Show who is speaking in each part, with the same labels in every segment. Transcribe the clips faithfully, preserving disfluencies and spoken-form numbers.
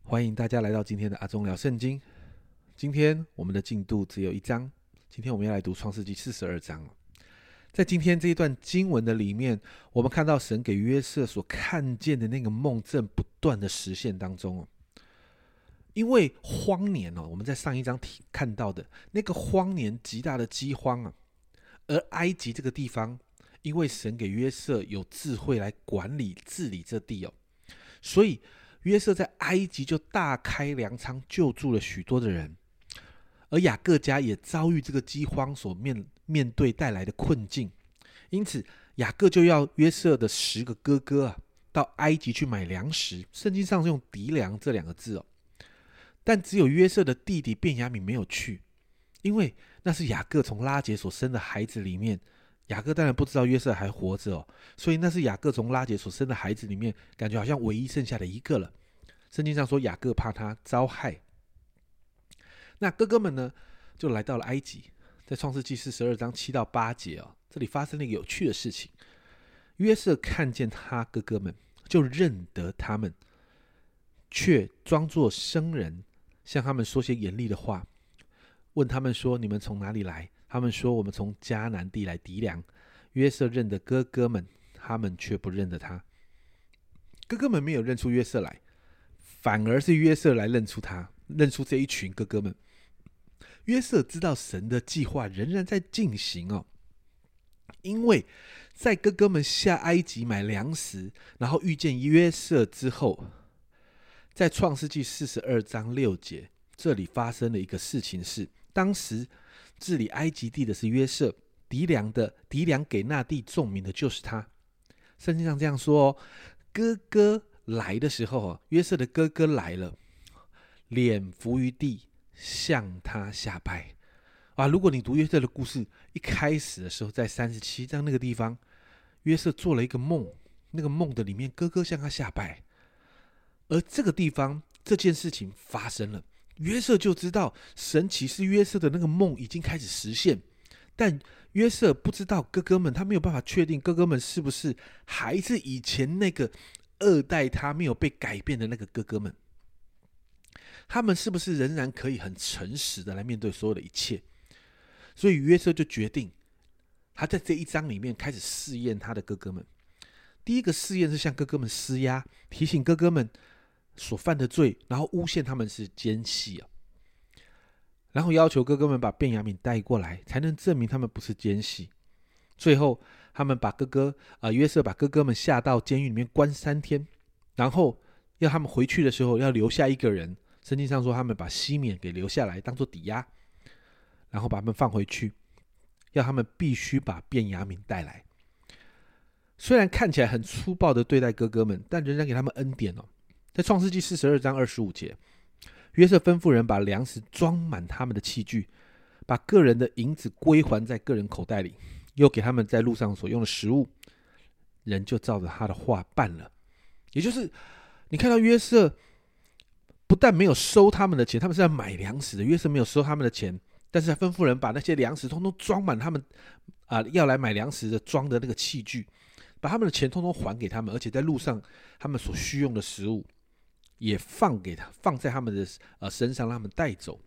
Speaker 1: 欢迎大家来到今天的阿忠聊圣经。今天我们的进度只有一章，今天我们要来读创世纪四十二章。在今天这一段经文的里面，我们看到神给约瑟所看见的那个梦正不断的实现当中。因为荒年，我们在上一章看到的那个荒年极大的饥荒啊，而埃及这个地方，因为神给约瑟有智慧来管理治理这地哦，所以约瑟在埃及就大开粮仓，救助了许多的人。而雅各家也遭遇这个饥荒所 面, 面对带来的困境，因此雅各就要约瑟的十个哥哥啊，到埃及去买粮食。圣经上是用籴粮这两个字哦，但只有约瑟的弟弟便雅悯没有去，因为那是雅各从拉结所生的孩子里面，雅各当然不知道约瑟还活着哦，所以那是雅各从拉结所生的孩子里面，感觉好像唯一剩下的一个了。圣经上说雅各怕他遭害。那哥哥们呢，就来到了埃及。在创世纪四十二章七到八节哦，这里发生了一个有趣的事情。约瑟看见他哥哥们，就认得他们，却装作生人，向他们说些严厉的话，问他们说：“你们从哪里来？”他们说：“我们从迦南地来籴粮。”约瑟认得哥哥们，他们却不认得他。哥哥们没有认出约瑟来，反而是约瑟来认出他，认出这一群哥哥们。约瑟知道神的计划仍然在进行哦，因为在哥哥们下埃及买粮食，然后遇见约瑟之后，在创世纪四十二章六节，这里发生了一个事情是，当时治理埃及地的是约瑟，籴粮的籴粮给那地众民的就是他。圣经上这样说哦，哥哥来的时候，约瑟的哥哥来了，脸伏于地，向他下拜。啊，如果你读约瑟的故事，一开始的时候在三十七章那个地方，约瑟做了一个梦，那个梦的里面哥哥向他下拜，而这个地方这件事情发生了，约瑟就知道神启示约瑟的那个梦已经开始实现，但约瑟不知道哥哥们，他没有办法确定哥哥们是不是还是以前那个二代他没有被改变的那个哥哥们，他们是不是仍然可以很诚实的来面对所有的一切。所以约瑟就决定，他在这一章里面开始试验他的哥哥们。第一个试验是向哥哥们施压，提醒哥哥们所犯的罪，然后诬陷他们是奸细、啊、然后要求哥哥们把便雅悯带过来，才能证明他们不是奸细。最后他们把哥哥、呃、约瑟把哥哥们下到监狱里面关三天，然后要他们回去的时候要留下一个人。圣经上说他们把西缅给留下来当作抵押，然后把他们放回去，要他们必须把便雅悯带来。虽然看起来很粗暴的对待哥哥们，但仍然给他们恩典哦。在创世纪四十二章二十五节，约瑟吩咐人把粮食装满他们的器具，把个人的银子归还在个人口袋里，又给他们在路上所用的食物，人就照着他的话办了。也就是你看到约瑟不但没有收他们的钱，他们是要买粮食的，约瑟没有收他们的钱，但是他吩咐人把那些粮食通通装满他们、呃、要来买粮食的装的那个器具，把他们的钱通通还给他们，而且在路上他们所需用的食物也放给他，放在他们的、呃、身上，让他们带走。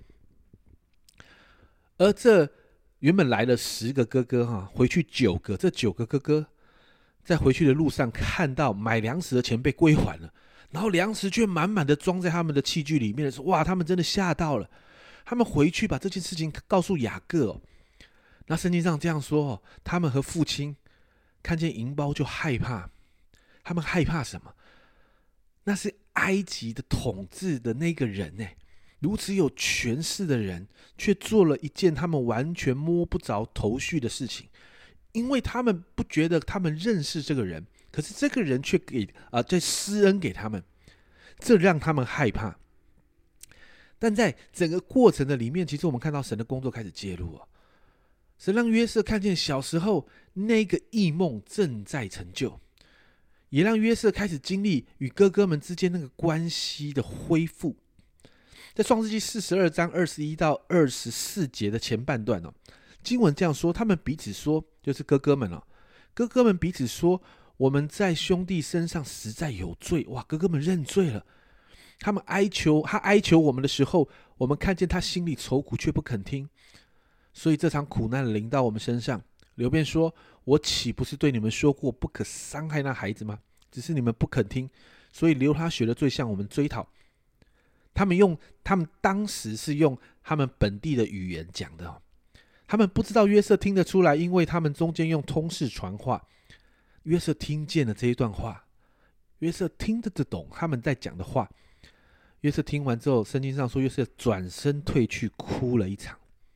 Speaker 1: 而这原本来了十个哥哥、啊、回去九个，这九个哥哥在回去的路上看到买粮食的钱被归还了，然后粮食却满满的装在他们的器具里面的时候，哇，他们真的吓到了。他们回去把这件事情告诉雅各、哦、那圣经上这样说、哦、他们和父亲看见银包就害怕。他们害怕什么？那是埃及的统治的那个人耶，如此有权势的人，却做了一件他们完全摸不着头绪的事情。因为他们不觉得他们认识这个人，可是这个人却给、呃、在施恩给他们，这让他们害怕。但在整个过程的里面，其实我们看到神的工作开始介入、哦、神让约瑟看见小时候那个异梦正在成就，也让约瑟开始经历与哥哥们之间那个关系的恢复。在创世纪四十二章二十一到二十四节的前半段、哦、经文这样说，他们彼此说，就是哥哥们、哦、哥哥们彼此说，我们在兄弟身上实在有罪。哇，哥哥们认罪了， 他们哀求，他哀求我们的时候，我们看见他心里愁苦，却不肯听。所以这场苦难临到我们身上。流便说：“我岂不是对你们说过，不可伤害那孩子吗？只是你们不肯听，所以流他血的罪向我们追讨。”他们用，他们当时是用他们本地的语言讲的、哦，他们不知道约瑟听得出来，因为他们中间用通事传话。约瑟听见了这一段话，约瑟听得懂他们在讲的话。约瑟听完之后，圣经上说约瑟转身退去，哭了一场。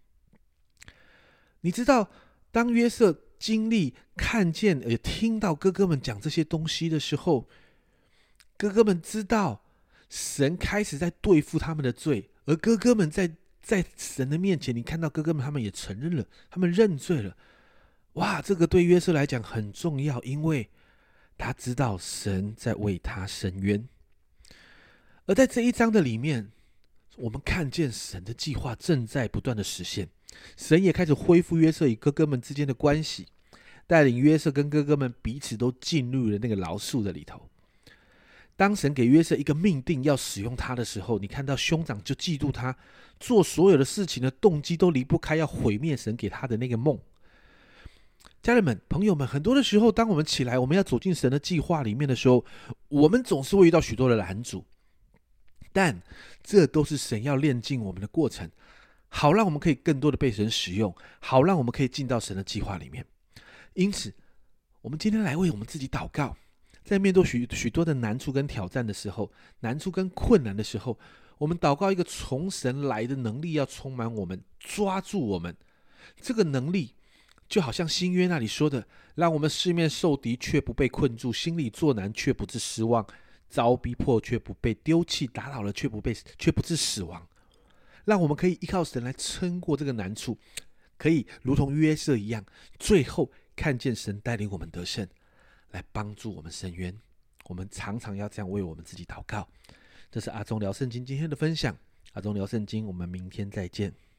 Speaker 1: 你知道，当约瑟经历、看见也听到哥哥们讲这些东西的时候，哥哥们知道神开始在对付他们的罪，而哥哥们在在神的面前，你看到哥哥们他们也承认了，他们认罪了。哇，这个对约瑟来讲很重要，因为他知道神在为他伸冤。而在这一章的里面，我们看见神的计划正在不断的实现，神也开始恢复约瑟与哥哥们之间的关系，带领约瑟跟哥哥们彼此都进入了那个饶恕的里头。当神给约瑟一个命定要使用他的时候，你看到兄长就嫉妒他，做所有的事情的动机都离不开要毁灭神给他的那个梦。家人们、朋友们，很多的时候，当我们起来，我们要走进神的计划里面的时候，我们总是会遇到许多的拦阻，但这都是神要炼净我们的过程，好让我们可以更多的被神使用，好让我们可以进到神的计划里面。因此，我们今天来为我们自己祷告，在面对 许, 许多的难处跟挑战的时候，难处跟困难的时候，我们祷告一个从神来的能力要充满我们，抓住我们。这个能力就好像新约那里说的，让我们四面受敌却不被困住，心里作难却不致失望，遭逼迫却不被丢弃，打倒了却不被却不致死亡。让我们可以依靠神来撑过这个难处，可以如同约瑟一样，最后看见神带领我们得胜，来帮助我们伸冤。我们常常要这样为我们自己祷告。这是阿忠聊圣经今天的分享，阿忠聊圣经，我们明天再见。